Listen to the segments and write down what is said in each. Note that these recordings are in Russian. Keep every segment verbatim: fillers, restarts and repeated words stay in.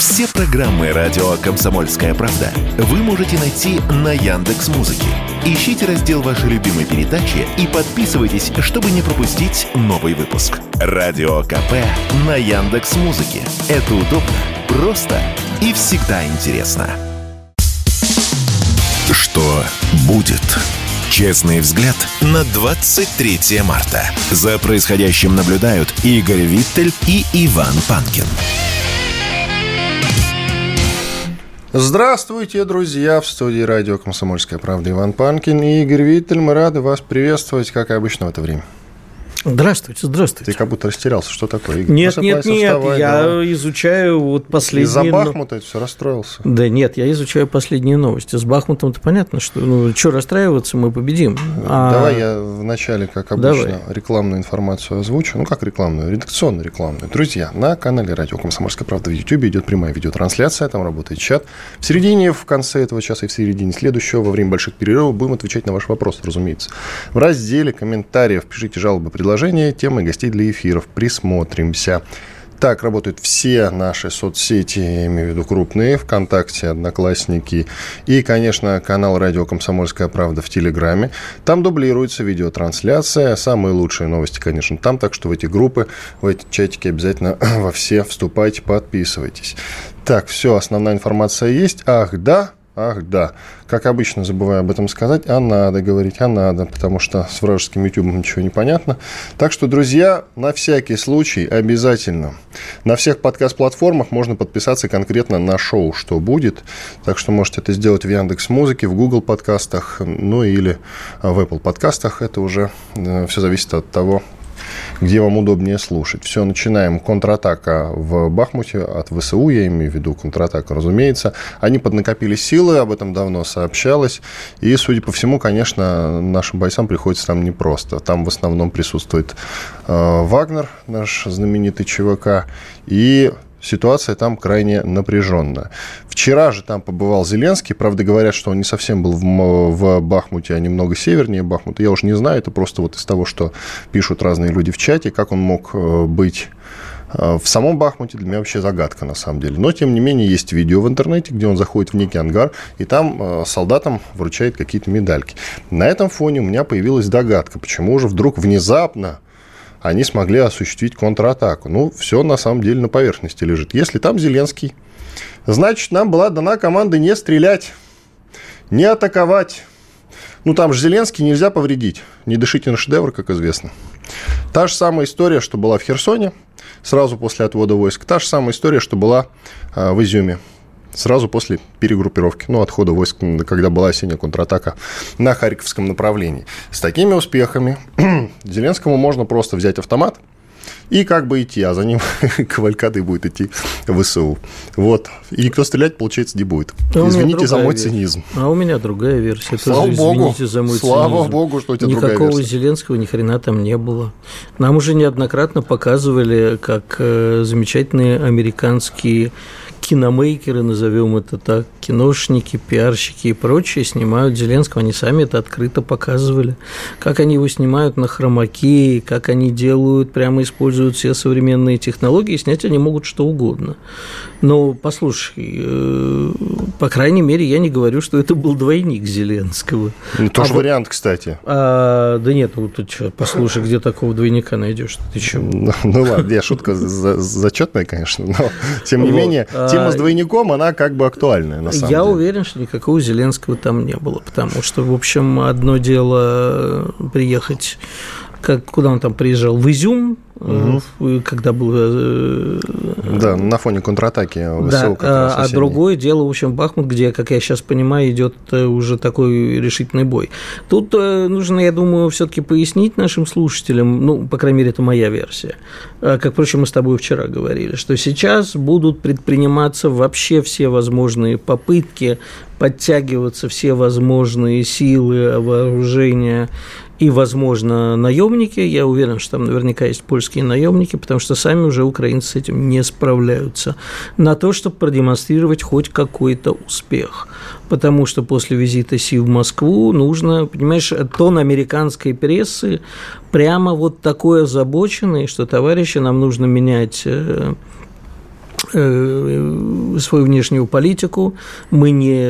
Все программы радио «Комсомольская правда» вы можете найти на Яндекс.Музыке. Ищите раздел вашей любимой передачи и подписывайтесь, чтобы не пропустить новый выпуск. Радио КП на Яндекс.Музыке. Это удобно, просто и всегда интересно. Что будет? Честный взгляд на двадцать третье марта. За происходящим наблюдают Игорь Виттель и Иван Панкин. Здравствуйте, друзья! В студии радио «Комсомольская правда» Иван Панкин и Игорь Виттель. Мы рады вас приветствовать, как обычно в это время. Здравствуйте, здравствуйте. Ты как будто растерялся. Что такое, Игорь? Нет, нет, нет, вставай, я давай. изучаю вот последние... Из-за Бахмута это все расстроился? Да нет, я изучаю последние новости. С Бахмутом-то понятно, что, ну, что расстраиваться, мы победим. А... Давай я вначале, как обычно, Давай. рекламную информацию озвучу. Ну, как рекламную? Редакционную рекламную. Друзья, на канале радио «Комсомольская правда» в Ютьюбе идет прямая видеотрансляция, там работает чат. В середине, в конце этого часа и в середине следующего, во время больших перерывов, будем отвечать на ваши вопросы, разумеется. В разделе комментариев пишите жалобы, предложения, темы, гостей для эфиров. Присмотримся. Так работают все наши соцсети, я имею в виду крупные, ВКонтакте, Одноклассники и, конечно, канал «Радио Комсомольская правда» в Телеграме. Там дублируется видеотрансляция. Самые лучшие новости, конечно, там. Так что в эти группы, в эти чатики обязательно во все вступайте, подписывайтесь. Так, все, основная информация есть. Ах, да. Ах, да. Как обычно, забываю об этом сказать, а надо говорить, а надо, потому что с вражеским ютубом ничего не понятно. Так что, друзья, на всякий случай обязательно на всех подкаст-платформах можно подписаться конкретно на шоу «Что будет?». Так что можете это сделать в Яндекс.Музыке, в Google подкастах, ну или в Apple подкастах. Это уже э, все зависит от того, где вам удобнее слушать. Все, начинаем. Контратака в Бахмуте от ВСУ, я имею в виду контратака, разумеется. Они поднакопили силы, об этом давно сообщалось. И, судя по всему, конечно, нашим бойцам приходится там непросто. Там в основном присутствует э, Вагнер, наш знаменитый ЧВК, и ситуация там крайне напряженная. Вчера же там побывал Зеленский. Правда, говорят, что он не совсем был в, в Бахмуте, а немного севернее Бахмута. Я уже не знаю, это просто вот из того, что пишут разные люди в чате, как он мог быть в самом Бахмуте, для меня вообще загадка, на самом деле. Но, тем не менее, есть видео в интернете, где он заходит в некий ангар, и там солдатам вручает какие-то медальки. На этом фоне у меня появилась догадка, почему же вдруг внезапно они смогли осуществить контратаку. Ну, все на самом деле на поверхности лежит. Если там Зеленский, значит, нам была дана команда не стрелять, не атаковать. Ну, там же Зеленский, нельзя повредить. Не дышите на шедевр, как известно. Та же самая история, что была в Херсоне сразу после отвода войск. Та же самая история, что была а, в Изюме сразу после перегруппировки, ну, отхода войск, когда была осенняя контратака на Харьковском направлении. С такими успехами Зеленскому можно просто взять автомат и как бы идти, а за ним кавалькадой будет идти ВСУ. Вот. И никто стрелять, получается, не будет. А извините за мой версия. цинизм. А у меня другая версия. Слава Тоже, богу. Извините за мой Слава цинизм. богу, что у тебя Никакого другая версия. Зеленского ни хрена там не было. Нам уже неоднократно показывали, как замечательные американские киномейкеры, назовем это так, киношники, пиарщики и прочие снимают Зеленского. Они сами это открыто показывали. Как они его снимают на хромаке, как они делают, прямо используют все современные технологии, снять они могут что угодно. Но, послушай, э, по крайней мере, я не говорю, что это был двойник Зеленского. Ну, тоже а вариант, кстати. А, да нет, ну ты что, послушай, где такого двойника найдешь? Ты чего? Ну, ну ладно, я шутка за, зачетная, конечно, но тем не вот. менее, тема с двойником, она как бы актуальная, на самом я деле. Я уверен, что никакого Зеленского там не было, потому что, в общем, одно дело приехать, как, куда он там приезжал, в Изюм, угу. когда был... Да, на фоне контратаки ВСУ. Да, как раз а другое дело, в общем, Бахмут, где, как я сейчас понимаю, идет уже такой решительный бой. Тут нужно, я думаю, все-таки пояснить нашим слушателям, ну, по крайней мере, это моя версия, как, впрочем, мы с тобой вчера говорили, что сейчас будут предприниматься вообще все возможные попытки, подтягиваться все возможные силы, вооружения и, возможно, наемники. Я уверен, что там наверняка есть польские наемники, потому что сами уже украинцы с этим не справляются. На то, чтобы продемонстрировать хоть какой-то успех. Потому что после визита Си в Москву нужно, понимаешь, тон американской прессы прямо вот такой озабоченный, что, товарищи, нам нужно менять свою внешнюю политику, мы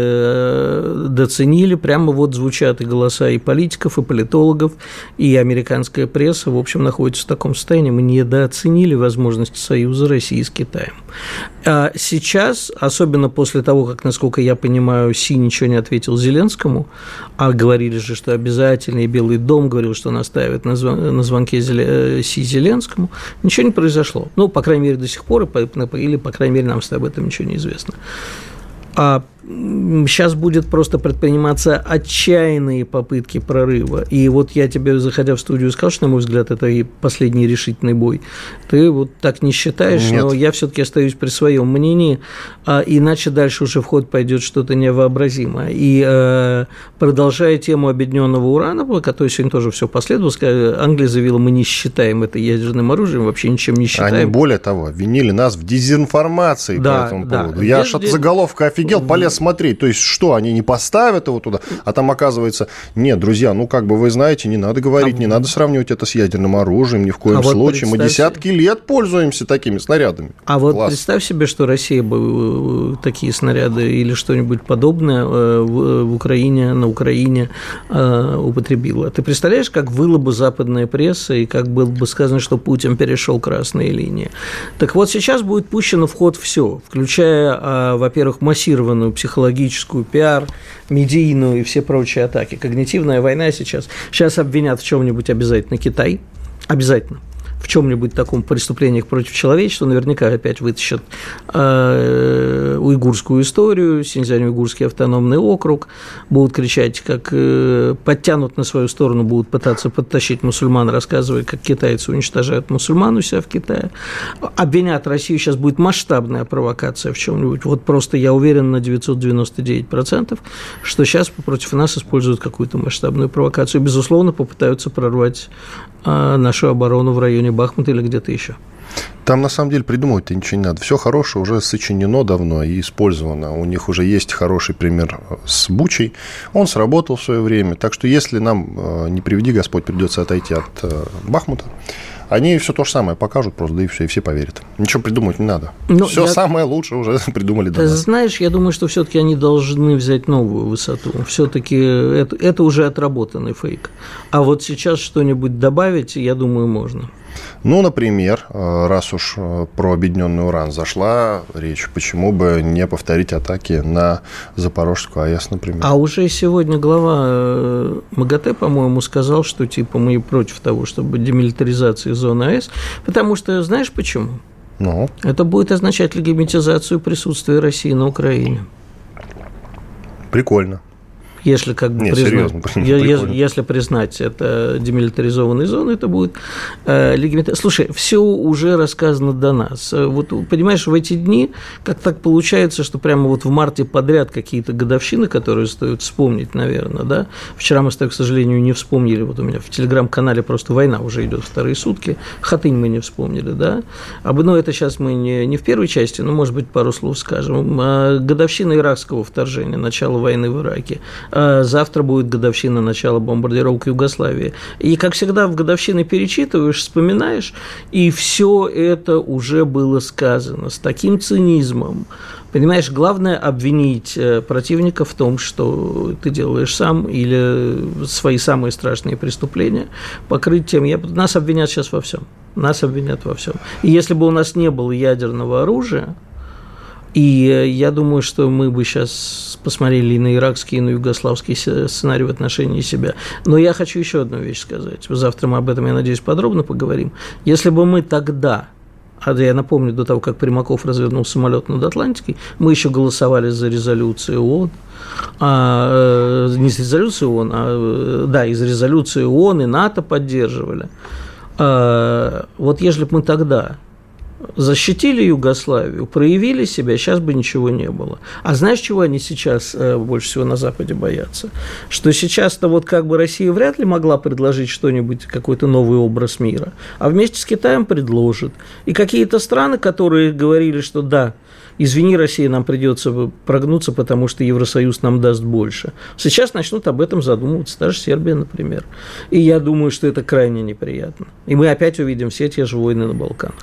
не доценили, прямо вот звучат и голоса и политиков, и политологов, и американская пресса, в общем, находится в таком состоянии, мы недооценили возможности союза России с Китаем. А сейчас, особенно после того, как, насколько я понимаю, Си ничего не ответил Зеленскому, а говорили же, что обязательно, и Белый дом говорил, что настаивает на, звон, на звонке Си Зеленскому, ничего не произошло. Ну, по крайней мере, до сих пор, или, по крайней мере, нам об этом ничего не известно. А сейчас будет просто предприниматься отчаянные попытки прорыва. И вот я тебе, заходя в студию, сказал, что, на мой взгляд, это и последний решительный бой. Ты вот так не считаешь, Нет. но я все-таки остаюсь при своем мнении, а иначе дальше уже в ход пойдет что-то невообразимое. И а, продолжая тему объединенного урана, который сегодня тоже все последовало, Англия заявила, мы не считаем это ядерным оружием, вообще ничем не считаем. Они, более того, винили нас в дезинформации да, по этому да. поводу. Я аж от заголовка офигел, полез смотреть, то есть что, они не поставят его туда, а там оказывается, нет, друзья, ну как бы вы знаете, не надо говорить, а... не надо сравнивать это с ядерным оружием, ни в коем а случае, вот мы десятки себе... лет пользуемся такими снарядами. А вот Класс. Представь себе, что Россия бы такие снаряды или что-нибудь подобное в Украине, на Украине употребила. Ты представляешь, как выла бы западная пресса и как было бы сказано, что Путин перешел красные линии. Так вот, сейчас будет пущено в ход все, включая, во-первых, массированную психологическую, пиар, медийную и все прочие атаки. Когнитивная война сейчас. Сейчас обвинят в чем-нибудь обязательно Китай. Обязательно. В чем-нибудь таком преступлениях против человечества, наверняка опять вытащат э, уйгурскую историю, Синьцзянь-Уйгурский автономный округ, будут кричать, как э, подтянут на свою сторону, будут пытаться подтащить мусульман, рассказывая, как китайцы уничтожают мусульман у себя в Китае. Обвинят Россию, сейчас будет масштабная провокация в чем-нибудь. Вот просто я уверен на девятьсот девяносто девять процентов, что сейчас против нас используют какую-то масштабную провокацию. Безусловно, попытаются прорвать э, нашу оборону в районе Бахмута или где-то еще. Там, на самом деле, придумывать-то ничего не надо. Все хорошее уже сочинено давно и использовано. У них уже есть хороший пример с Бучей. Он сработал в свое время. Так что, если нам, не приведи Господь, придется отойти от Бахмута, они все то же самое покажут просто, да и все, и все поверят. Ничего придумывать не надо. Но все я... самое лучшее уже придумали до Ты нас. Знаешь, я думаю, что все-таки они должны взять новую высоту. Все-таки это, это уже отработанный фейк. А вот сейчас что-нибудь добавить, я думаю, можно. Ну, например, раз уж про объединенный уран зашла речь, почему бы не повторить атаки на Запорожскую АЭС, например? А уже сегодня глава МАГАТЭ, по-моему, сказал, что типа мы против того, чтобы демилитаризации зоны АЭС, потому что, знаешь почему? Ну? Это будет означать легитимизацию присутствия России на Украине. Прикольно. Если как бы Нет, признать, серьезно, если, если признать это демилитаризованной зоной, это будет э, легитимация. Слушай, все уже рассказано до нас. Вот, понимаешь, в эти дни как так получается, что прямо вот в марте подряд какие-то годовщины, которые стоит вспомнить, наверное, да. Вчера мы, к сожалению, не вспомнили. Вот у меня в телеграм-канале просто война уже идет вторые сутки. Хатынь мы не вспомнили, да. Но это сейчас мы не, не в первой части, но, может быть, пару слов скажем. Годовщина иракского вторжения, начало войны в Ираке. Завтра будет годовщина начала бомбардировки Югославии. И, как всегда, в годовщины перечитываешь, вспоминаешь, и все это уже было сказано с таким цинизмом. Понимаешь, главное обвинить противника в том, что ты делаешь сам, или свои самые страшные преступления, покрыть тем. Я, нас обвинят сейчас во всем. Нас обвинят во всем. И если бы у нас не было ядерного оружия, и я думаю, что мы бы сейчас посмотрели и на иракский, и на югославский сценарий в отношении себя. Но я хочу еще одну вещь сказать. Завтра мы об этом, я надеюсь, подробно поговорим. Если бы мы тогда, а я напомню, до того, как Примаков развернул самолет над Атлантикой, мы еще голосовали за резолюцию ООН, а, не за резолюцию ООН, а да, из резолюции ООН и НАТО поддерживали. А, вот если бы мы тогда защитили Югославию, проявили себя, сейчас бы ничего не было. А знаешь, чего они сейчас больше всего на Западе боятся? Что сейчас-то вот как бы Россия вряд ли могла предложить что-нибудь, какой-то новый образ мира, а вместе с Китаем предложит. И какие-то страны, которые говорили, что да, извини, Россия, нам придется прогнуться, потому что Евросоюз нам даст больше, сейчас начнут об этом задумываться, даже Сербия, например. И я думаю, что это крайне неприятно. И мы опять увидим все те же войны на Балканах.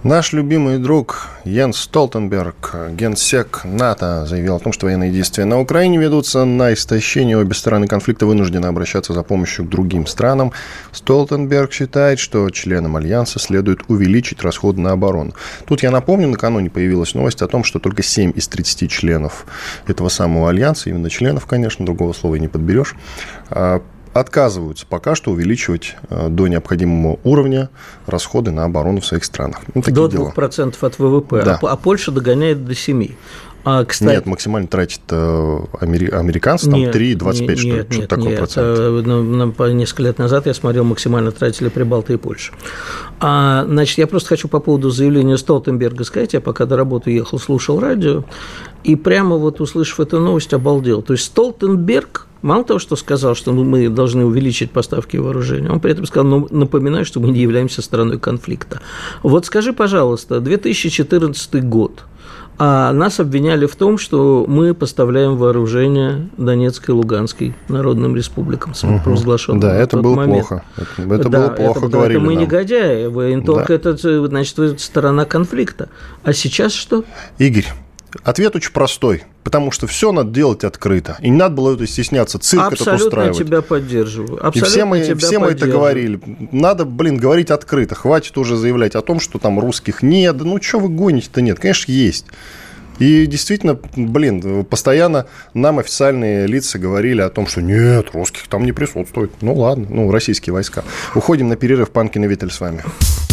Наш любимый друг Йенс Столтенберг, генсек НАТО, заявил о том, что военные действия на Украине ведутся на истощение. Обе стороны конфликта вынуждены обращаться за помощью к другим странам. Столтенберг считает, что членам Альянса следует увеличить расходы на оборону. Тут я напомню, накануне появилась новость о том, что только семь из тридцати членов этого самого Альянса, именно членов, конечно, другого слова и не подберешь, отказываются пока что увеличивать до необходимого уровня расходы на оборону в своих странах. Ну, до двух процентов от ВВП, да. а, а Польша догоняет до семи процентов. А, кстати... Нет, максимально тратит амери... американцы, там три и двадцать пять, что ли, что-то такое процент. Несколько лет назад я смотрел, максимально тратили Прибалты и Польша. А, значит, я просто хочу по поводу заявления Столтенберга сказать, я пока до работы ехал, слушал радио, и прямо вот, услышав эту новость, обалдел. То есть Столтенберг мало того, что сказал, что мы должны увеличить поставки вооружения, он при этом сказал, ну, напоминаю, что мы не являемся стороной конфликта. Вот скажи, пожалуйста, две тысячи четырнадцатый год, а нас обвиняли в том, что мы поставляем вооружение Донецкой и Луганской народным республикам, самопровозглашенным. Да, это было момент. плохо. Это, это да, было плохо, это, говорили это мы нам. негодяи, военторг да. это, значит, сторона конфликта. А сейчас что? Игорь, ответ очень простой. Потому что все надо делать открыто. И не надо было это стесняться, цирк этот устраивать. Абсолютно тебя поддерживаю. Абсолютно и все мы, тебя все мы это говорили. Надо, блин, говорить открыто. Хватит уже заявлять о том, что там русских нет. Ну, что вы гоните-то? Нет, конечно, есть. И действительно, блин, постоянно нам официальные лица говорили о том, что нет, русских там не присутствует. Ну, ладно, ну, российские войска. Уходим на перерыв. Панкин и Виттель с вами.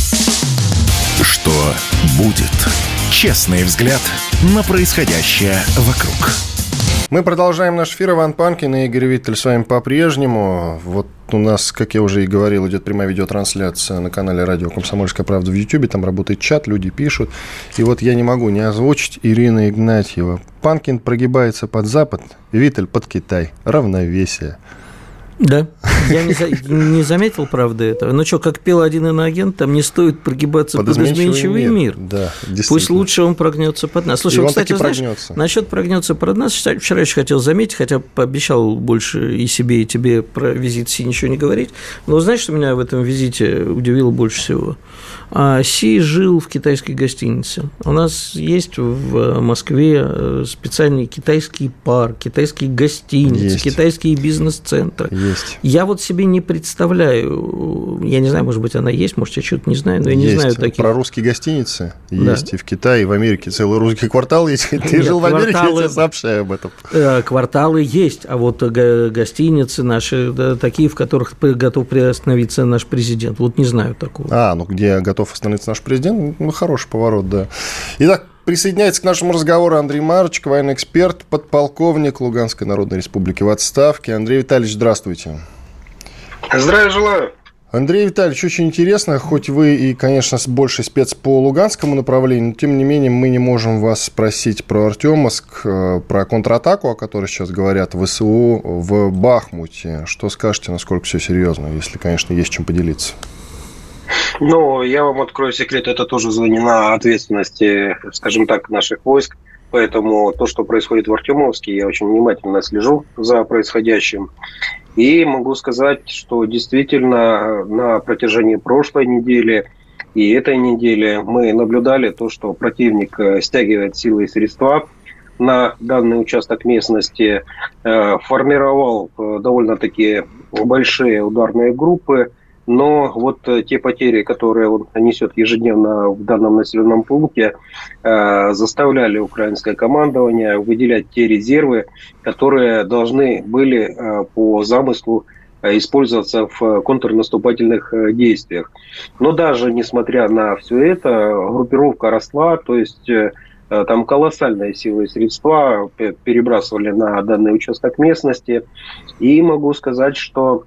Что будет? Честный взгляд на происходящее вокруг. Мы продолжаем наш эфир. Иван Панкин и Игорь Виттель с вами по-прежнему. Вот у нас, как я уже и говорил, идет прямая видеотрансляция на канале «Радио Комсомольская правда» в Ютьюбе. Там работает чат, люди пишут. И вот я не могу не озвучить Ирина Игнатьева. Панкин прогибается под Запад, Виттель под Китай. Равновесие. Да, я не, за, не заметил, правда, этого. Но что, как пел один иноагент, там не стоит прогибаться под, под изменчивый мир. мир. Да, пусть лучше он прогнется под нас. Слушай, и он кстати, таки знаешь, прогнется. Насчет прогнется под нас, вчера еще хотел заметить, хотя пообещал больше и себе, и тебе про визит Си ничего не говорить. Но знаешь, что меня в этом визите удивило больше всего? Си жил в китайской гостинице. У нас есть в Москве специальный китайский парк, китайские гостиницы, есть. Китайские бизнес-центры. Есть. Я вот себе не представляю, я не знаю, может быть, она есть, может, я что-то не знаю, но я есть. не знаю таких. Про русские гостиницы да. есть и в Китае, и в Америке целый русский квартал есть. Ты Нет, жил в Америке, кварталы, я тебе сообщаю об этом. Кварталы есть, а вот гостиницы наши, да, такие, в которых готов приостановиться наш президент, вот не знаю такого. А, ну где готов остановиться наш президент, ну, хороший поворот, да. Итак, присоединяется к нашему разговору Андрей Марчик, военный эксперт, подполковник Луганской Народной Республики в отставке. Андрей Витальевич, здравствуйте. Здравия желаю. Андрей Витальевич, очень интересно, хоть вы и, конечно, больше спец по луганскому направлению, но, тем не менее, мы не можем вас спросить про Артемовск, про контратаку, о которой сейчас говорят ВСУ в Бахмуте. Что скажете, насколько все серьезно, если, конечно, есть чем поделиться? Ну, я вам открою секрет, это тоже звонина ответственности, скажем так, наших войск. Поэтому то, что происходит в Артемовске, я очень внимательно слежу за происходящим. И могу сказать, что действительно на протяжении прошлой недели и этой недели мы наблюдали то, что противник стягивает силы и средства на данный участок местности, формировал довольно-таки большие ударные группы. Но вот те потери, которые он несет ежедневно в данном населенном пункте, заставляли украинское командование выделять те резервы, которые должны были по замыслу использоваться в контрнаступательных действиях. Но даже несмотря на все это, группировка росла, то есть там колоссальные силы и средства перебрасывали на данный участок местности. И могу сказать, что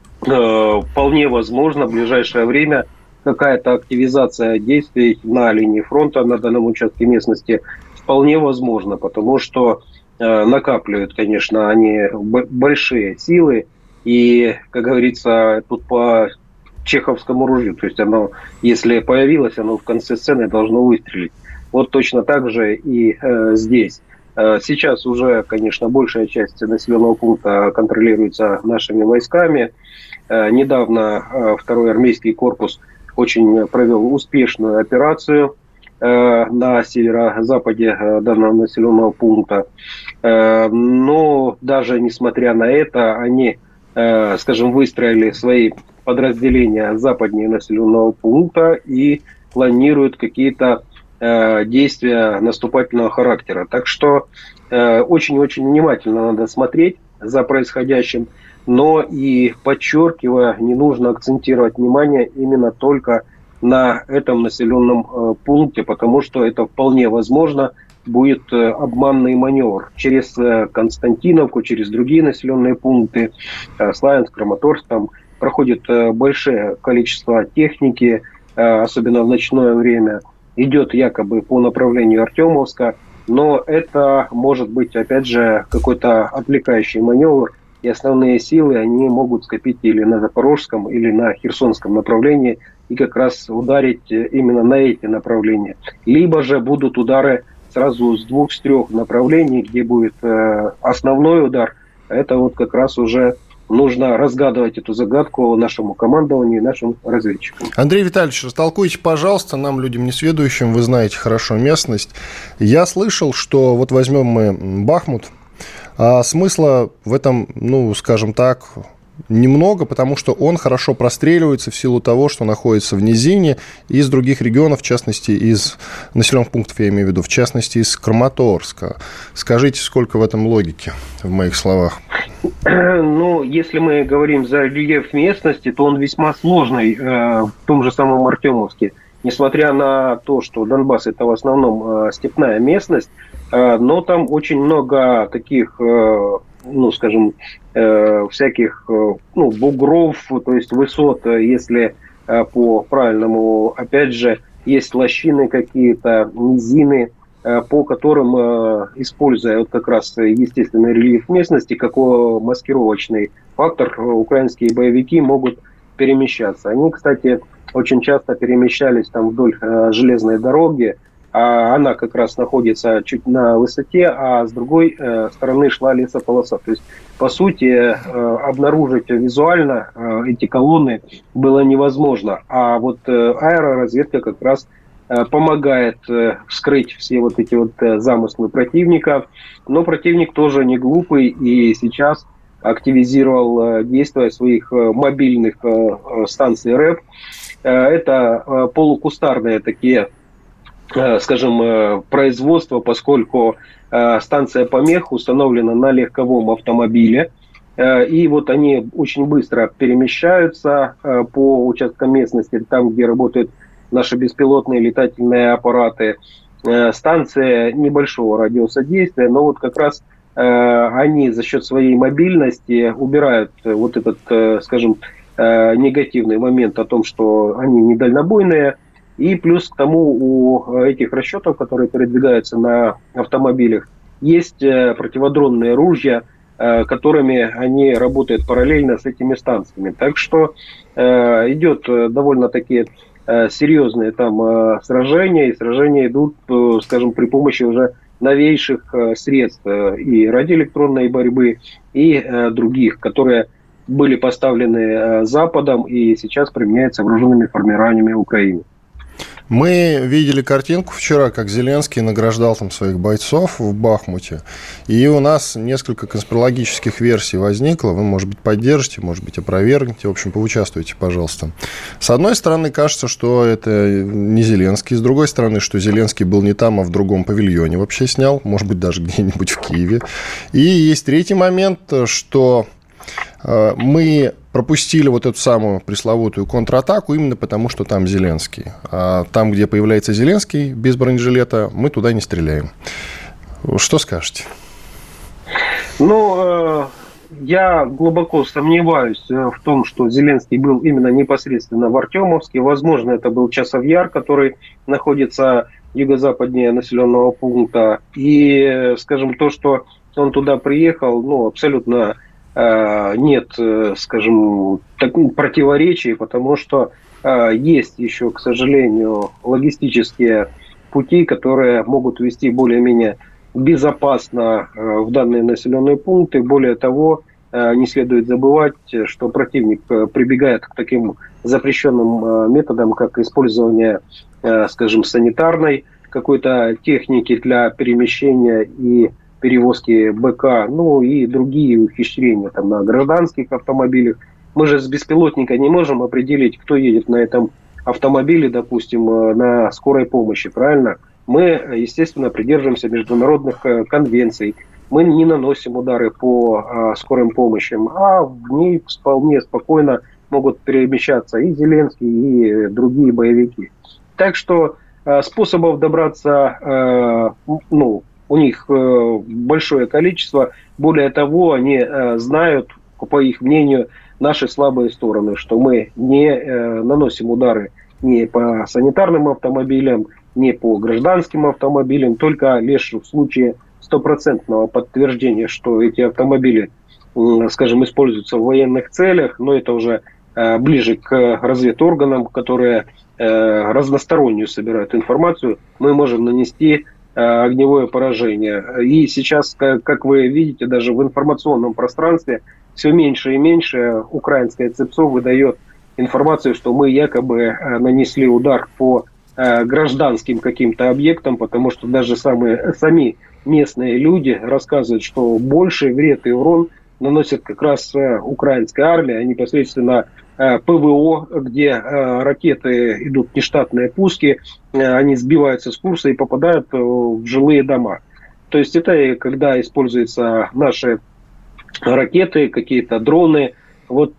вполне возможно в ближайшее время какая-то активизация действий на линии фронта на данном участке местности вполне возможно, потому что э, накапливают, конечно, они большие силы и, как говорится, тут по чеховскому ружью, то есть оно, если появилось, оно в конце сцены должно выстрелить. Вот точно так же и э, здесь. Сейчас уже, конечно, большая часть населенного пункта контролируется нашими войсками. Недавно второй армейский корпус очень провел успешную операцию на северо-западе данного населенного пункта. Но даже несмотря на это, они, скажем, выстроили свои подразделения западнее населенного пункта и планируют какие-то действия наступательного характера. Так что очень-очень внимательно надо смотреть за происходящим, но и подчеркивая, не нужно акцентировать внимание именно только на этом населенном э, пункте, потому что это вполне возможно будет э, обманный маневр через э, Константиновку, через другие населенные пункты, э, Славянск, Краматорск, там проходит э, большое количество техники, э, особенно в ночное время, идет якобы по направлению Артемовска, но это может быть, опять же, какой-то отвлекающий маневр, и основные силы они могут скопить или на Запорожском, или на Херсонском направлении, и как раз ударить именно на эти направления. Либо же будут удары сразу с двух, с трех направлений, где будет э, основной удар. Это вот как раз уже нужно разгадывать эту загадку нашему командованию и нашим разведчикам. Андрей Витальевич, растолкуйте, пожалуйста, нам, людям несведущим, вы знаете хорошо местность. Я слышал, что вот возьмем мы Бахмут, а смысла в этом, ну, скажем так, немного, потому что он хорошо простреливается в силу того, что находится в низине и из других регионов, в частности, из населенных пунктов, я имею в виду, в частности, из Краматорска. Скажите, сколько в этом логики, в моих словах? Ну, если мы говорим за рельеф местности, то он весьма сложный э, в том же самом Артемовске. Несмотря на то, что Донбасс – это в основном э, степная местность, э, но там очень много таких, э, ну, скажем, э, всяких э, ну, бугров, то есть высот, если э, по правильному, опять же, есть лощины какие-то, низины, э, по которым, э, используя вот как раз естественный рельеф местности, как маскировочный фактор, украинские боевики могут перемещаться. Они, кстати, очень часто перемещались там вдоль э, железной дороги, а она как раз находится чуть на высоте, а с другой э, стороны шла лесополоса. То есть, по сути, э, обнаружить визуально э, эти колонны было невозможно. А вот э, аэроразведка как раз э, помогает э, вскрыть все вот эти вот э, замыслы противника. Но противник тоже не глупый, и сейчас активизировал э, действия своих э, мобильных э, станций РЭП. Это полукустарные такие, скажем, производства, поскольку станция помех установлена на легковом автомобиле. И вот они очень быстро перемещаются по участкам местности, там, где работают наши беспилотные летательные аппараты. Станция небольшого радиуса действия, но вот как раз они за счет своей мобильности убирают вот этот, скажем, негативный момент о том, что они недальнобойные. И плюс к тому у этих расчетов, которые передвигаются на автомобилях, есть противодронные ружья, которыми они работают параллельно с этими станциями. Так что идет довольно-таки серьезные там сражения, и сражения идут, скажем, при помощи уже новейших средств и радиоэлектронной борьбы, и других, которые были поставлены Западом и сейчас применяются вооруженными формированиями Украины. Мы видели картинку вчера, как Зеленский награждал там своих бойцов в Бахмуте, и у нас несколько конспирологических версий возникло. Вы, может быть, поддержите, может быть, опровергнете. В общем, поучаствуйте, пожалуйста. С одной стороны, кажется, что это не Зеленский. С другой стороны, что Зеленский был не там, а в другом павильоне вообще снял. Может быть, даже где-нибудь в Киеве. И есть третий момент, что мы пропустили вот эту самую пресловутую контратаку именно потому, что там Зеленский. А там, где появляется Зеленский без бронежилета, мы туда не стреляем. Что скажете? Ну, я глубоко сомневаюсь в том, что Зеленский был именно непосредственно в Артемовске. Возможно, это был Часов-Яр, который находится юго-западнее населенного пункта. И, скажем, то, что он туда приехал, ну, абсолютно нет, скажем, таких противоречий, потому что есть еще, к сожалению, логистические пути, которые могут вести более-менее безопасно в данные населенные пункты. Более того, не следует забывать, что противник прибегает к таким запрещенным методам, как использование, скажем, санитарной какой-то техники для перемещения и перевозки БК, ну и другие ухищрения там, на гражданских автомобилях. Мы же с беспилотника не можем определить, кто едет на этом автомобиле, допустим, на скорой помощи, правильно? Мы, естественно, придерживаемся международных конвенций. Мы не наносим удары по а, скорым помощям, а в ней вполне спокойно могут перемещаться и Зеленский, и другие боевики. Так что а, способов добраться, а, ну, у них а, большое количество. Более того, они а, знают, по их мнению, наши слабые стороны, что мы не а, наносим удары ни по санитарным автомобилям, ни по гражданским автомобилям, только лишь в случае стопроцентного подтверждения, что эти автомобили, скажем, используются в военных целях, но это уже э, ближе к разведорганам, которые э, разностороннюю собирают информацию, мы можем нанести э, огневое поражение. И сейчас, как, как вы видите, даже в информационном пространстве все меньше и меньше украинское ЦЕПСО выдает информацию, что мы якобы э, нанесли удар по э, гражданским каким-то объектам, потому что даже самые, сами местные люди рассказывают, что больший вред и урон наносит как раз украинская армия, а непосредственно ПВО, где ракеты идут нештатные пуски, они сбиваются с курса и попадают в жилые дома. То есть это когда используются наши ракеты, какие-то дроны. Вот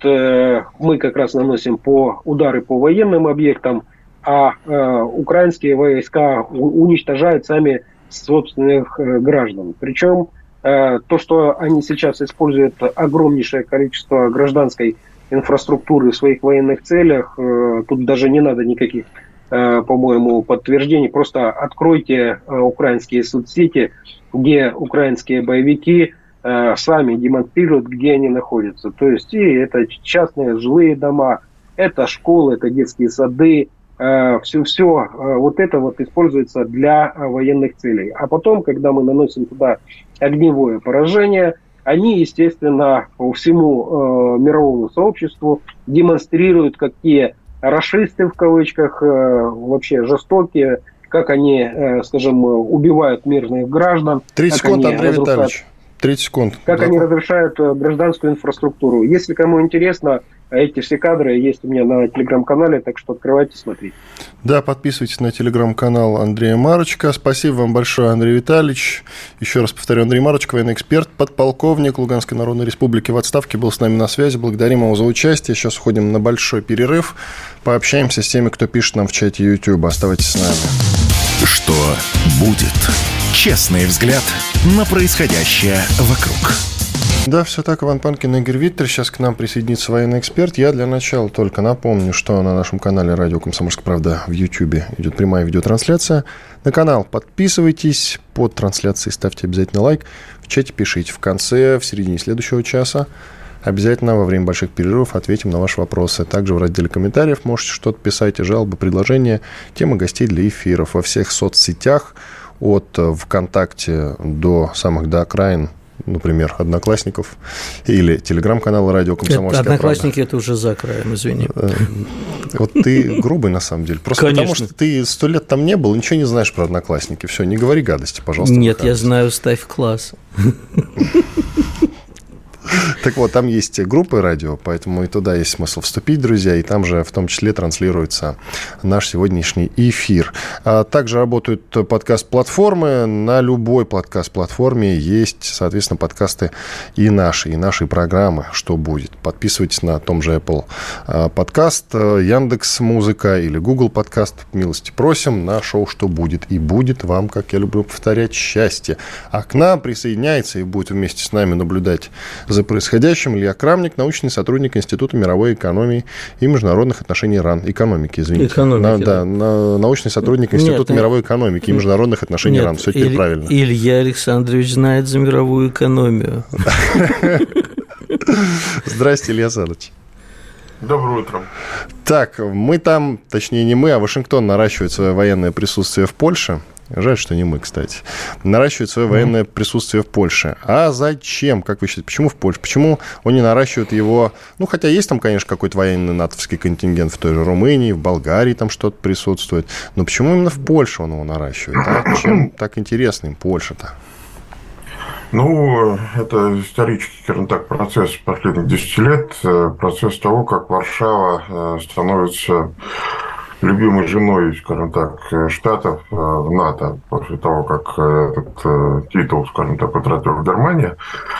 мы как раз наносим по удары по военным объектам, а украинские войска уничтожают сами собственных граждан. Причем э, то, что они сейчас используют огромнейшее количество гражданской инфраструктуры в своих военных целях, э, тут даже не надо никаких, э, по-моему, подтверждений. Просто откройте э, украинские соцсети, где украинские боевики э, сами демонстрируют, где они находятся. То есть и это частные жилые дома, это школы, это детские сады. Все, все вот это вот используется для военных целей. А потом, когда мы наносим туда огневое поражение, они, естественно, по всему э, мировому сообществу демонстрируют, какие рашисты, в кавычках, э, вообще жестокие, как они, э, скажем, убивают мирных граждан. тридцать секунд, Андрей Витальевич. тридцать секунд. Как да. они разрушают гражданскую инфраструктуру. Если кому интересно, эти все кадры есть у меня на телеграм-канале, так что открывайте, смотрите. Да, подписывайтесь на телеграм-канал Андрея Марочка. Спасибо вам большое, Андрей Витальевич. Еще раз повторю, Андрей Марочка, военный эксперт, подполковник Луганской Народной Республики в отставке, был с нами на связи. Благодарим его за участие. Сейчас уходим на большой перерыв. Пообщаемся с теми, кто пишет нам в чате YouTube. Оставайтесь с нами. Что будет? Честный взгляд на происходящее вокруг. Да, все так, Иван Панкин и Игорь Виттер. Сейчас к нам присоединится военный эксперт. Я для начала только напомню, что на нашем канале «Радио Комсомольская правда» в YouTube идет прямая видеотрансляция. На канал подписывайтесь, под трансляцией ставьте обязательно лайк. В чате пишите. В конце, в середине следующего часа обязательно во время больших перерывов ответим на ваши вопросы. Также в разделе комментариев можете что-то писать, жалобы, предложения, темы гостей для эфиров. Во всех соцсетях, от ВКонтакте до самых до окраин, например, Одноклассников или телеграм-канала «Радио Комсомольская правда». Одноклассники – это уже за краем, извини. Вот ты грубый, на самом деле. Просто Конечно. потому, что ты сто лет там не был, ничего не знаешь про Одноклассники. Все, не говори гадости, пожалуйста. Нет, я знаю, ставь класс. Так вот, там есть группы радио, поэтому и туда есть смысл вступить, друзья, и там же в том числе транслируется наш сегодняшний эфир. А также работают подкаст-платформы. На любой подкаст-платформе есть, соответственно, подкасты и наши, и наши программы «Что будет?». Подписывайтесь на том же Apple подкаст, Яндекс.Музыка или Google подкаст. Милости просим на шоу «Что будет?». И будет вам, как я люблю повторять, счастье. А к нам присоединяется и будет вместе с нами наблюдать за происходящим Илья Крамник, научный сотрудник Института мировой экономии и международных отношений РАН. Экономики, извините. Экономики, на, да. да, на, научный сотрудник Института Нет, мировой экономики и международных отношений нет, РАН. Все теперь Иль, правильно. Илья Александрович знает за мировую экономию. Здрасте, Илья Александрович. Доброе утро. Так, мы там, точнее не мы, а Вашингтон наращивает свое военное присутствие в Польше. Жаль, что не мы, кстати. Наращивает свое военное присутствие в Польше. А зачем, как вы считаете, почему в Польше? Почему он не наращивает его? Ну, хотя есть там, конечно, какой-то военный натовский контингент в той же Румынии, в Болгарии там что-то присутствует. Но почему именно в Польше он его наращивает? А? Чем так интересно им Польша-то? Ну, это исторический, скажем так, процесс последних десяти лет. Процесс того, как Варшава становится любимой женой, скажем так, Штатов в НАТО после того, как этот титул, скажем так, утратила Германия.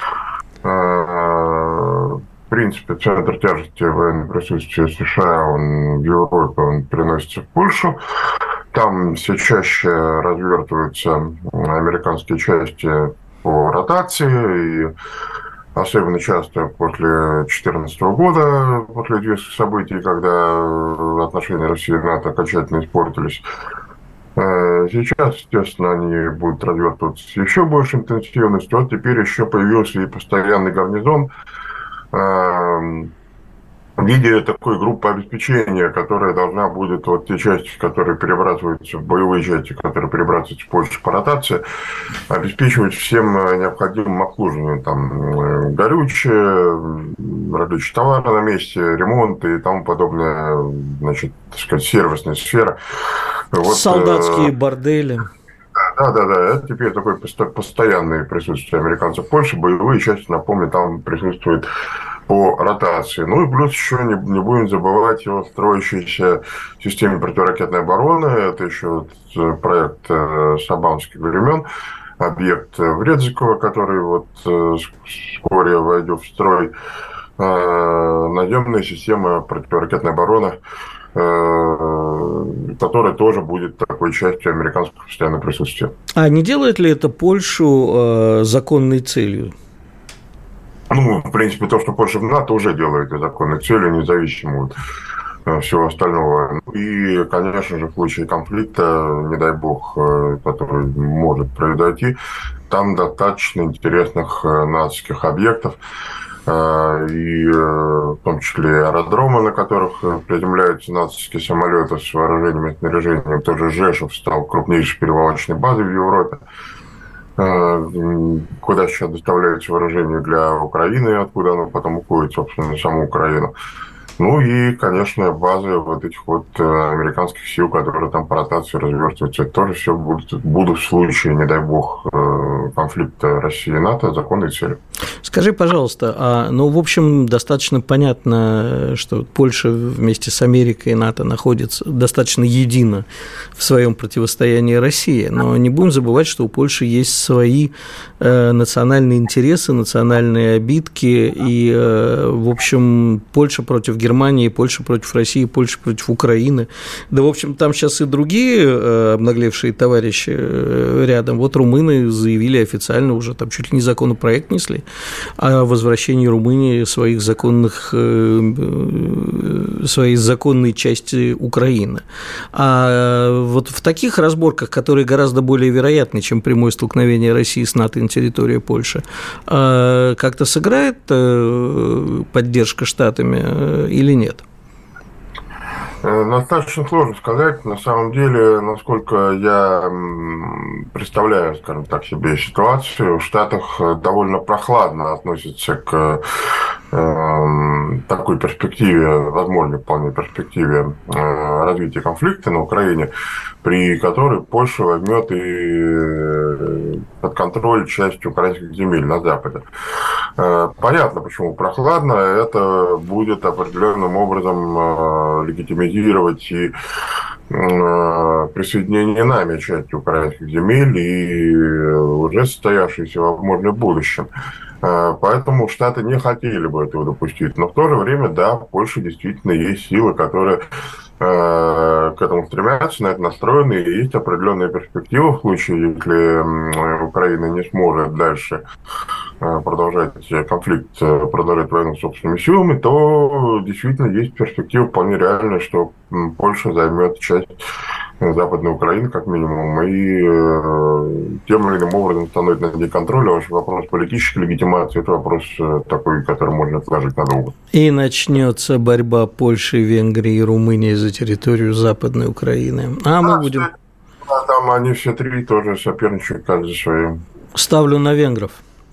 В принципе, центр тяжести военного присутствия США, он в Европе, он переносится в Польшу. Там все чаще развертываются американские части по ротации, и особенно часто после две тысячи четырнадцатого года, после известных событий, когда отношения России и НАТО окончательно испортились. Сейчас, естественно, они будут развертываться с еще большей интенсивностью. Вот теперь еще появился и постоянный гарнизон в виде такой группы обеспечения, которая должна будет, вот те части, которые перебрасываются в боевые части, которые перебрасываются в Польшу по ротации, обеспечивать всем необходимым обслуживанием, там, горючее, различные товары на месте, ремонт и тому подобное, значит, так сказать, сервисная сфера. Вот, солдатские бордели. Да, да, да. Это теперь такое постоянное присутствие американцев в Польше. Боевые части, напомню, там присутствуют по ротации. Ну и плюс еще не, не будем забывать о строящейся системе противоракетной обороны. Это еще проект Сабанских времен, объект Вредзикова, который вот вскоре войдет в строй. Наземная система противоракетной обороны, которая тоже будет такой частью американского постоянного присутствия. А не делает ли это Польшу э, законной целью? Ну, в принципе, то, что Польша в НАТО, уже делает законной целью, независимо от всего остального. И, конечно же, в случае конфликта, не дай бог, который может произойти, там достаточно интересных натовских объектов, и в том числе аэродромы, на которых приземляются натовские самолеты с вооружением и снаряжением. Тоже Жешев стал крупнейшей перевалочной базой в Европе, куда сейчас доставляется вооружение для Украины, откуда оно потом уходит, собственно, на саму Украину. Ну и, конечно, базы вот этих вот американских сил, которые там по ротации развертываются, это тоже все будут, будут в случае, не дай бог, конфликта России и НАТО законной целью. Скажи, пожалуйста, а, ну, в общем, достаточно понятно, что Польша вместе с Америкой и НАТО находится достаточно едино в своем противостоянии России, но не будем забывать, что у Польши есть свои э, национальные интересы, национальные обидки, и, э, в общем, Польша против Германии, Польша против России, Польша против Украины. Да, в общем, там сейчас и другие э, обнаглевшие товарищи э, рядом. Вот румыны заявили официально, уже там чуть ли не законопроект несли о возвращении Румынии своих законных, своей законной части Украины. А вот в таких разборках, которые гораздо более вероятны, чем прямое столкновение России с НАТО на территории Польши, как-то сыграет поддержка Штатами или нет? Достаточно сложно сказать. На самом деле, насколько я представляю, скажем так, себе ситуацию, в Штатах довольно прохладно относятся к э, такой перспективе, возможной вполне перспективе э, развития конфликта на Украине, при которой Польша возьмет и под контроль часть украинских земель на Западе. Э, понятно, почему прохладно. Это будет определенным образом э, легитимизировать и э, присоединение нами части украинских земель и уже состоявшиеся, возможно, в будущем. Э, поэтому Штаты не хотели бы этого допустить. Но в то же время, да, в Польше действительно есть силы, которые э, к этому стремятся, на это настроены, и есть определенная перспектива в случае, если Украина не сможет дальше продолжать конфликт, продолжать войну собственными силами, то действительно есть перспектива вполне реальная, что Польша займет часть Западной Украины, как минимум, и э, тем или иным образом становится на ней контроль. Ваш вопрос политической легитимации – это вопрос такой, который можно отложить надолго. И начнется борьба Польши, Венгрии и Румынии за территорию Западной Украины. А мы да, будем... Да, там они все три тоже соперничают каждый своим. Ставлю на венгров.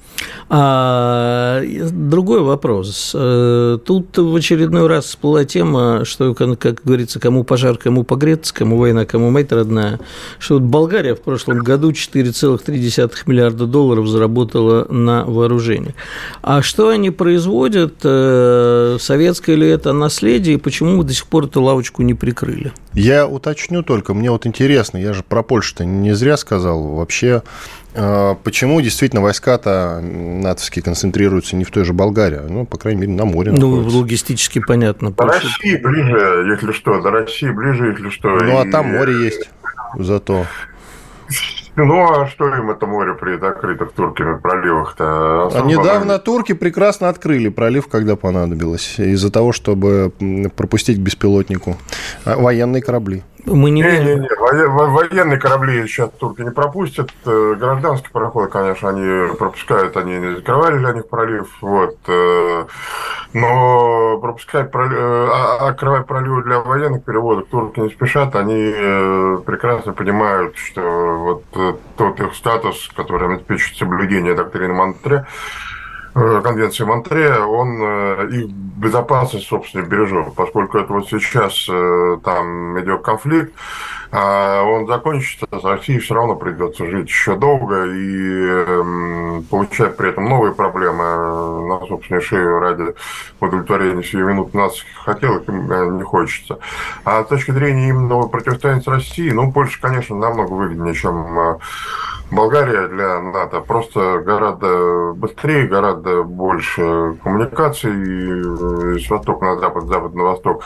А, другой вопрос. Тут в очередной раз всплыла тема, что, как говорится, кому пожар, кому погреться, кому война, кому мать родная, что вот Болгария в прошлом году четыре целых три десятых миллиарда долларов заработала на вооружение. А что они производят? Советское ли это наследие? И почему мы до сих пор эту лавочку не прикрыли? Я уточню только, мне вот интересно, я же про Польшу-то не зря сказал, вообще... Почему действительно войска-то натовские концентрируются не в той же Болгарии, ну, по крайней мере, на море Ну, находятся. Логистически понятно. До России ближе, если что, до России ближе, если что. Ну, и... а там море есть зато. Ну, а что им это море при закрытых турками проливах-то? А недавно турки прекрасно открыли пролив, когда понадобилось, из-за того, чтобы пропустить к беспилотнику военные корабли. Мы не... Не, не, не. Военные корабли сейчас турки не пропустят. Гражданские пароходы, конечно, они пропускают, они не закрывали для них пролив. Вот. Но пропускать пролив, открывать проливы для военных переводов турки не спешат. Они прекрасно понимают, что вот тот их статус, который обеспечивает соблюдение доктрины Монтре, Конвенции Монтре, он их безопасность, собственно, бережет, поскольку это вот сейчас там идет конфликт, а он закончится, с Россией все равно придется жить еще долго и получать при этом новые проблемы на собственную шею ради удовлетворения сиюминутных хотелок не хочется. А с точки зрения именно противостояния с Россией, ну, Польша, конечно, намного выгоднее, чем Болгария для НАТО. Просто гораздо быстрее, гораздо больше коммуникаций с востока на запад, с запада на восток.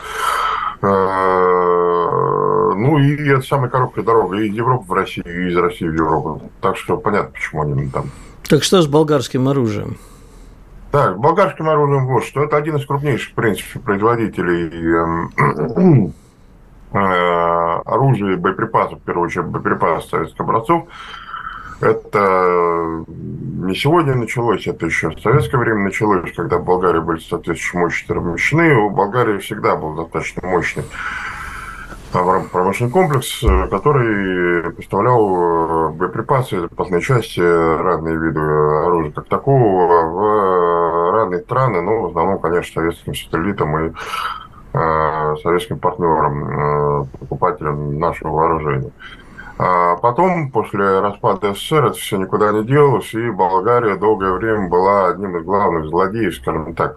Ну, и это самая короткая дорога и из Европы в Россию, и из России в Европу. Так что понятно, почему они там. Так что с болгарским оружием? Так, с болгарским оружием вот что. Это один из крупнейших, в принципе, производителей оружия и боеприпасов, в первую очередь, боеприпасов советских образцов. Это не сегодня началось, это еще в советское время началось, когда в Болгарии были соответствующие мощности размещены. У Болгарии всегда был достаточно мощный промышленный комплекс, который представлял боеприпасы, запасные части, разные виды оружия как такого в разные страны, но в основном, конечно, советским сателлитам и советским партнерам, покупателям нашего вооружения. А потом, после распада СССР, это все никуда не делалось, и Болгария долгое время была одним из главных злодеев, скажем так,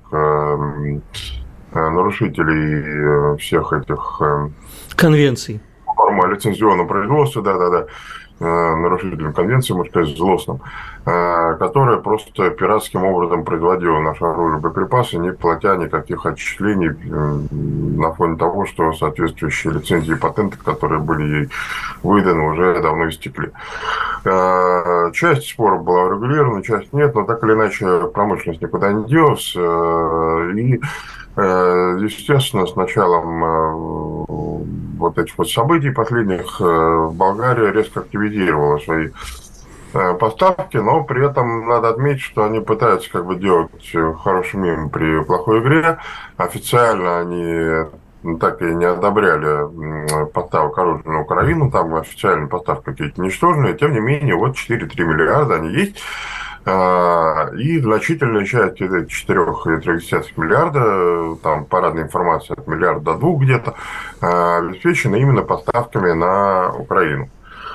нарушителей всех этих конвенций. Форм о лицензионном производстве, да-да-да, нарушителем конвенции, можно сказать, злостным, которая просто пиратским образом производила наше оружие, боеприпасы, не платя никаких отчислений на фоне того, что соответствующие лицензии и патенты, которые были ей выданы, уже давно истекли. Часть споров была урегулирована, часть нет, но так или иначе промышленность никуда не делась. И, естественно, с началом вот этих вот событий последних Болгария резко активизировала свои поставки, но при этом надо отметить, что они пытаются как бы делать хороший мим при плохой игре. Официально они так и не одобряли поставок оружия на Украину, там официальные поставки какие-то ничтожные, тем не менее, вот четыре-три миллиарда они есть. И значительная часть из этих четыре целых три десятых миллиарда, там по разной информации от миллиарда до двух где-то, обеспечена именно поставками на Украину.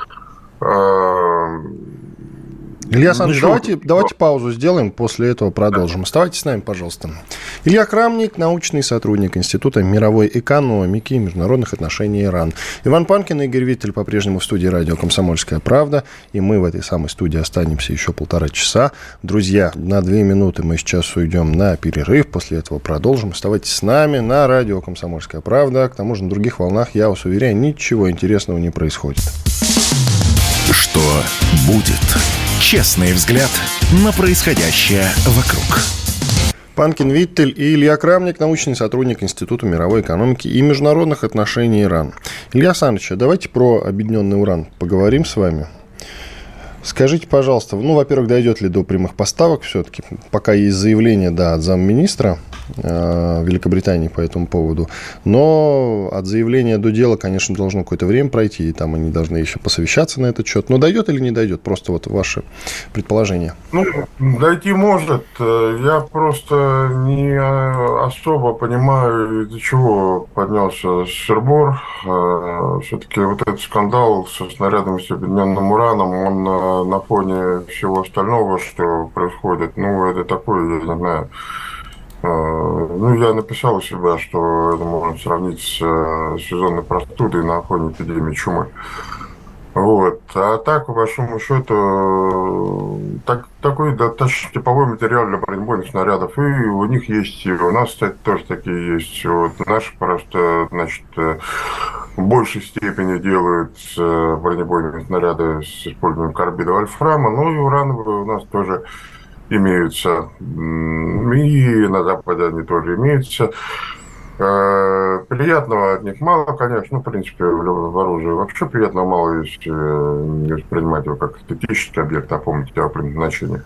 Илья Александрович, давайте, давайте паузу сделаем, после этого продолжим. Оставайтесь с нами, пожалуйста. Илья Крамник, научный сотрудник Института мировой экономики и международных отношений Иран. Иван Панкин и Игорь Виттель по-прежнему в студии радио «Комсомольская правда». И мы в этой самой студии останемся еще полтора часа. Друзья, на две минуты мы сейчас уйдем на перерыв, после этого продолжим. Оставайтесь с нами на радио «Комсомольская правда». К тому же на других волнах, я вас уверяю, ничего интересного не происходит. Что будет? Честный взгляд на происходящее вокруг. Панкин, Виттель и Илья Крамник, научный сотрудник Института мировой экономики и международных отношений Иран. Илья Александрович, давайте про объединенный уран поговорим с вами. Скажите, пожалуйста, ну, во-первых, дойдет ли до прямых поставок все-таки? Пока есть заявление, да, от замминистра Великобритании по этому поводу. Но от заявления до дела, конечно, должно какое-то время пройти, и там они должны еще посовещаться на этот счет. Но дойдет или не дойдет? Просто вот ваше предположение. Ну, дойти может. Я просто не особо понимаю, из-за чего поднялся сыр-бор. Все-таки вот этот скандал со снарядами с объединенным ураном, он на фоне всего остального, что происходит, ну, это такое, я не знаю. Ну, я написал у себя, что это можно сравнить с сезонной простудой на фоне эпидемии чумы. Вот. А так, по большому счету, так, такой достаточно типовой материал для бронебойных снарядов. И у них есть, и у нас, кстати, тоже такие есть. Вот. Наши просто, значит, в большей степени делают бронебойные снаряды с использованием карбида вольфрама. Ну и урановые у нас тоже имеются. И на Западе они тоже имеются. Приятного от них мало, конечно. Ну, в принципе, в оружии вообще приятного мало, если не воспринимать его как эстетический объект, а помнить его предназначение.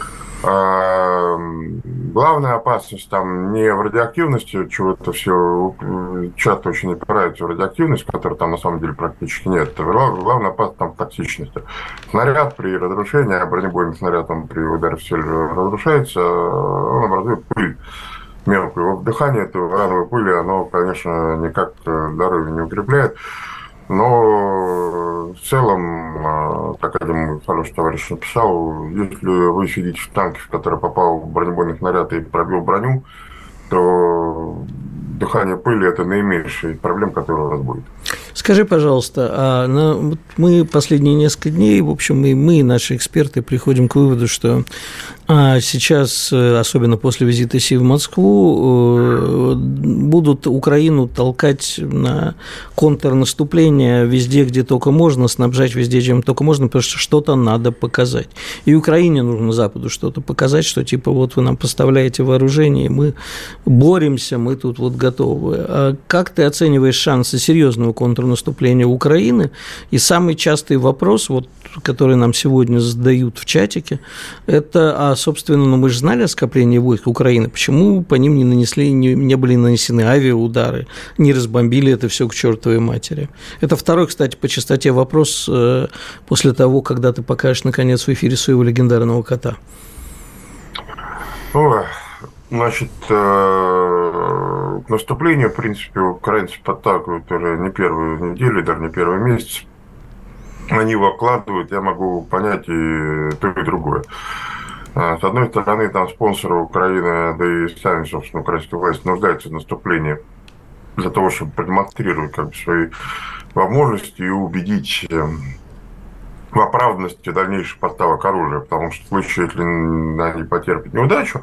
Главная опасность там не в радиоактивности, чего-то все часто очень опираются в радиоактивность, которой там на самом деле практически нет. Главная опасность там в токсичности. Снаряд при разрушении, а бронебойный снаряд там при ударе в цель разрушается, он образует пыль мелкую. Его вдыхание этой урановой пыли, оно, конечно, никак здоровье не укрепляет. Но в целом, как один мой хороший товарищ написал, если вы сидите в танке, в который попал в бронебойный снаряд и пробил броню, то дыхание пыли – это наименьшая из проблем, которые у вас будет. Скажи, пожалуйста, а на, мы последние несколько дней, в общем, и мы, и наши эксперты, приходим к выводу, что а, сейчас, особенно после визита Си в Москву, будут Украину толкать на контрнаступление везде, где только можно, снабжать везде, чем только можно, потому что что-то надо показать. И Украине нужно Западу что-то показать, что типа вот вы нам поставляете вооружение, мы боремся, мы тут вот готовы. А как ты оцениваешь шансы серьезного контрнаступления Украины? И самый частый вопрос, вот, который нам сегодня задают в чатике, это, а, собственно, ну, мы же знали о скоплении войск Украины, почему по ним не нанесли, не, не были нанесены авиаудары, не разбомбили это все к чертовой матери? Это второй, кстати, по частоте вопрос э, после того, когда ты покажешь, наконец, в эфире своего легендарного кота. Ой. Значит, к наступлению, в принципе, украинцы подталкивают уже не первую неделю, даже не первый месяц. Они его вкладывают, я могу понять и то, и другое. С одной стороны, там спонсоры Украины, да и сами, собственно, украинские власти нуждаются в наступлении для того, чтобы продемонстрировать как бы свои возможности и убедить в оправданности дальнейших поставок оружия. Потому что в случае, если они потерпят неудачу,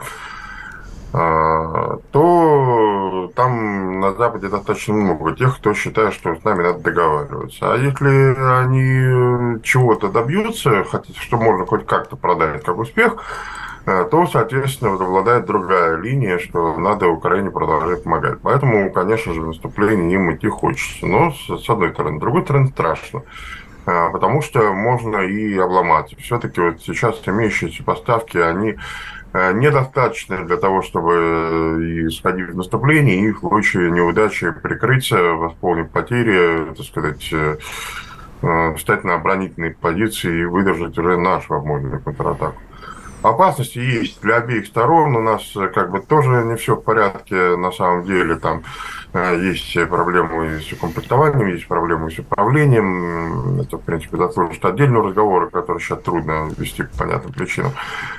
то там на Западе достаточно много тех, кто считает, что с нами надо договариваться. А если они чего-то добьются, хотите, что можно хоть как-то продать как успех, то, соответственно, возобладает другая линия, что надо Украине продолжать помогать. Поэтому, конечно же, в наступление им идти хочется. Но, с одной стороны. С другой стороны, страшно. Потому что можно и обломаться. Все-таки вот сейчас имеющиеся поставки, они недостаточно для того, чтобы сходить в наступление и в случае неудачи прикрыться, восполнить потери, так сказать, встать на оборонительные позиции и выдержать уже нашу возможную контратаку. Опасности есть для обеих сторон. У нас как бы тоже не все в порядке. На самом деле там есть проблемы с укомплектованием, есть проблемы с управлением. Это, в принципе, заслуживает отдельного разговора, который сейчас трудно вести по понятным причинам.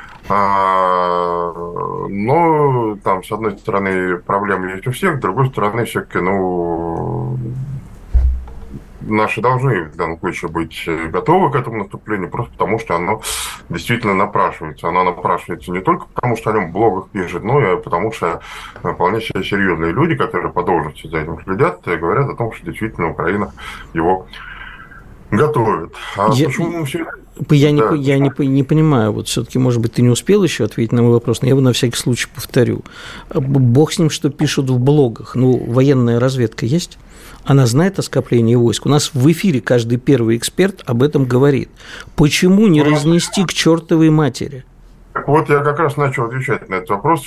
Но там, с одной стороны, проблемы есть у всех, с другой стороны, все-таки, ну, наши должны в данном случае быть готовы к этому наступлению, просто потому что оно действительно напрашивается. Оно напрашивается не только потому, что о нем в блогах пишут, но и потому что вполне себе серьезные люди, которые по должности за этим следят, говорят о том, что действительно Украина его готовит. А я, почему все... Я, да. не, я не, не понимаю, вот все-таки, может быть, ты не успел еще ответить на мой вопрос, но я бы на всякий случай повторю. Бог с ним, что пишут в блогах. Ну, военная разведка есть? Она знает о скоплении войск. У нас в эфире каждый первый эксперт об этом говорит. Почему не разнести к чертовой матери? Так вот, я как раз начал отвечать на этот вопрос.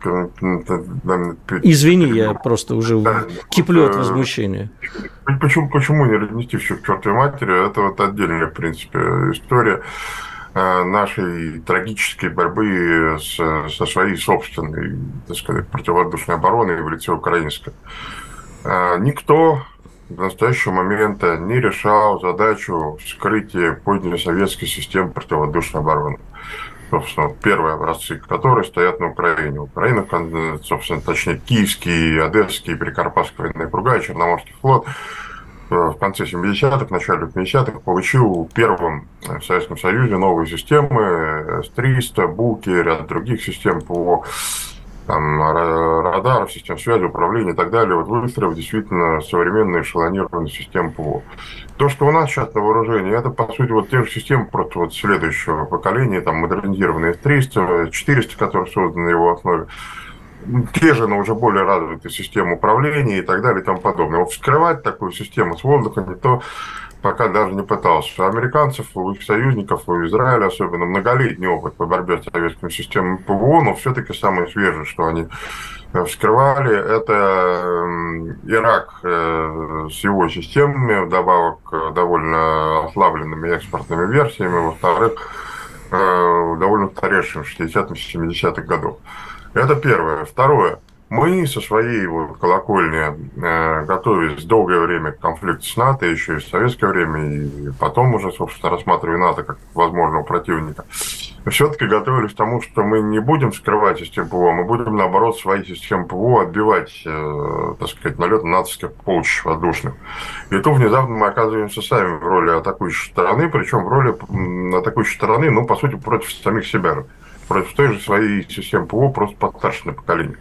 Извини, я просто уже да, киплю вот, от возмущения. Почему, почему не разнести все к чертовой матери? Это вот отдельная, в принципе, история нашей трагической борьбы с, со своей собственной, так сказать, противовоздушной обороной в лице украинской. Никто до настоящего момента не решал задачу вскрытия поздней советской системы противовоздушной обороны. Собственно, первые образцы, которые стоят на Украине. Украина, собственно, точнее, Киевский, Одесский, Прикарпатский военный округа и Черноморский флот в конце семидесятых, в начале восьмидесятых получил первым в Советском Союзе новые системы эс триста, Буки, ряд других систем ПВО, там, радаров, систем связи, управления и так далее, вот выстроив действительно современные эшелонированные системы ПВО. То, что у нас сейчас на вооружении, это, по сути, вот те же системы просто вот следующего поколения, там, модернизированные эс триста, четыреста, которые созданы на его основе, те же, но уже более развитые системы управления и так далее и тому подобное. Вот вскрывать такую систему с воздуха никто пока даже не пытался. У американцев, у их союзников, у Израиля особенно многолетний опыт по борьбе с советскими системами ПВО, но все-таки самое свежее, что они вскрывали, это Ирак с его системами, вдобавок довольно ослабленными экспортными версиями, во-вторых, довольно устаревшими в шестидесятых-семидесятых годах. Это первое. Второе. Мы со своей вот колокольни э, готовились долгое время к конфликту с НАТО, еще и в советское время, и потом уже, собственно, рассматривая НАТО как возможного противника. Все-таки готовились к тому, что мы не будем скрывать систему ПВО, мы будем, наоборот, свои системы ПВО отбивать, э, так сказать, налет натовских полчищ воздушных. И тут внезапно мы оказываемся сами в роли атакующей стороны, причем в роли атакующей стороны, ну, по сути, против самих себя, против той же своей системы ПВО, просто под старшее поколение.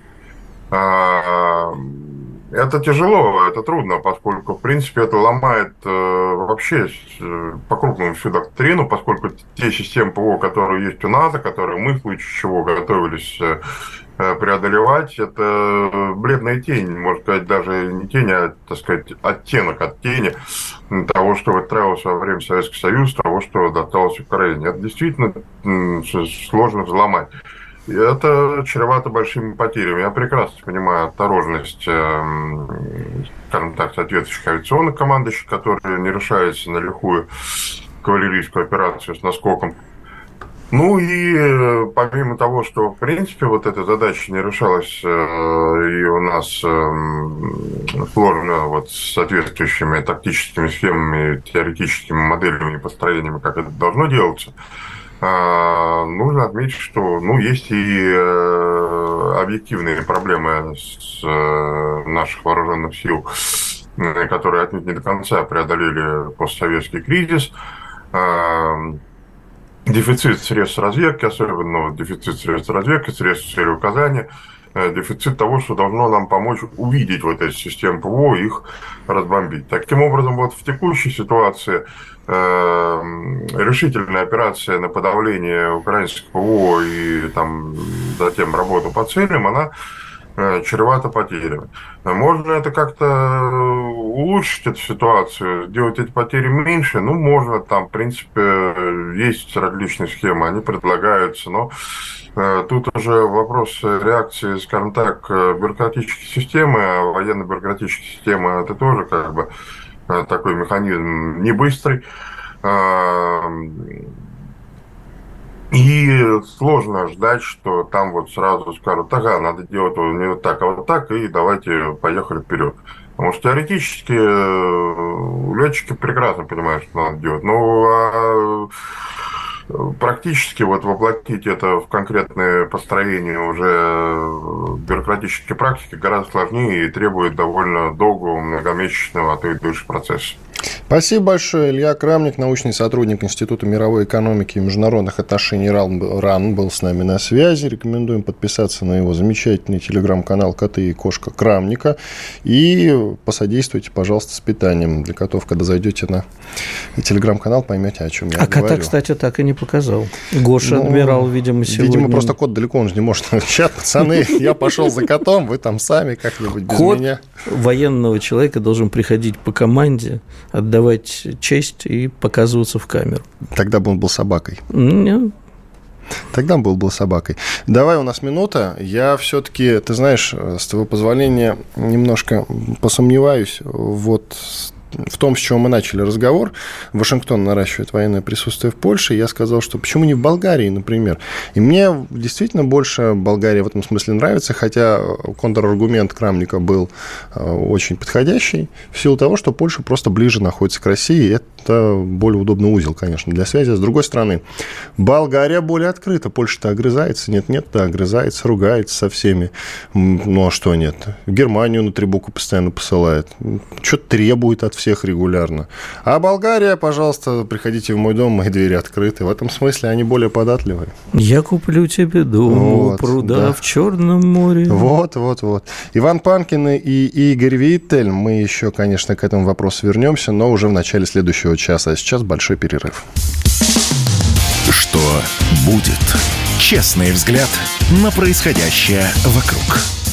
Это тяжело, это трудно, поскольку, в принципе, это ломает э, вообще э, по-крупному всю доктрину, поскольку те системы ПВО, которые есть у НАТО, которые мы, в случае чего, готовились э, преодолевать, это бледная тень, можно сказать, даже не тень, а, так сказать, оттенок от тени того, что выстраивалось во время Советского Союза, того, что досталось Украине. Это действительно э, сложно взломать. И это чревато большими потерями. Я прекрасно понимаю осторожность, скажем так, соответствующих авиационных командующих, которые не решаются на лихую кавалерийскую операцию с наскоком. Ну и помимо того, что, в принципе, вот эта задача не решалась, и у нас сложно вот с соответствующими тактическими схемами, теоретическими моделями и построениями, как это должно делаться, нужно отметить, что ну, есть и объективные проблемы с наших вооруженных сил, которые отнюдь не до конца преодолели постсоветский кризис. Дефицит средств разведки, особенно дефицит средств разведки, средств в сфере указания, дефицит того, что должно нам помочь увидеть вот эти системы ПВО и их разбомбить. Таким образом, вот в текущей ситуации э, решительная операция на подавление украинского ПВО и там, затем работу по целям, она э, чревата потерями. Можно это как-то улучшить эту ситуацию, сделать эти потери меньше? Ну, можно, там, в принципе, есть различные схемы, они предлагаются, но тут уже вопрос реакции, скажем так, бюрократической системы, а военно-бюрократическая система – это тоже как бы такой механизм не быстрый. И сложно ждать, что там вот сразу скажут, ага, надо делать не вот так, а вот так, и давайте поехали вперед. Потому что теоретически летчики прекрасно понимают, что надо делать. Ну, а практически вот воплотить это в конкретное построение уже бюрократической практики гораздо сложнее и требует довольно долгого, многомесячного, а то и дольше процесса. Спасибо большое. Илья Крамник, научный сотрудник Института мировой экономики и международных отношений РАН, был с нами на связи. Рекомендуем подписаться на его замечательный телеграм-канал «Коты и кошка Крамника». И посодействуйте, пожалуйста, с питанием для котов. Когда зайдете на телеграм-канал, поймете, о чем я а говорю. А кота, кстати, так и не показал. Гоша ну, адмирал, видимо, сегодня... Видимо, просто кот далеко, он же не может. Сейчас, пацаны, я пошел за котом, вы там сами как-нибудь без кот меня. Военного человека должен приходить по команде, отдавать честь и показываться в камеру. Тогда бы он был собакой. Нет. Тогда он был бы собакой. Давай, у нас минута. Я все-таки, ты знаешь, с твоего позволения, немножко посомневаюсь вот в том, с чего мы начали разговор. Вашингтон наращивает военное присутствие в Польше. Я сказал, что почему не в Болгарии, например. И мне действительно больше Болгария в этом смысле нравится, хотя контраргумент Крамника был очень подходящий, в силу того, что Польша просто ближе находится к России. Это более удобный узел, конечно, для связи. С другой стороны, Болгария более открыта. Польша-то огрызается. Нет-нет, да, огрызается, ругается со всеми. Ну, а что нет? Германию на требуку постоянно посылает. Что-то требует от всех всех регулярно. А Болгария, пожалуйста, приходите в мой дом, мои двери открыты. В этом смысле они более податливые. Я куплю тебе дом вот, у пруда да. в Черном море. Вот, вот, вот. Иван Панкин и Игорь Виттель. Мы еще, конечно, к этому вопросу вернемся, но уже в начале следующего часа. А сейчас большой перерыв. Что будет? Честный взгляд на происходящее вокруг.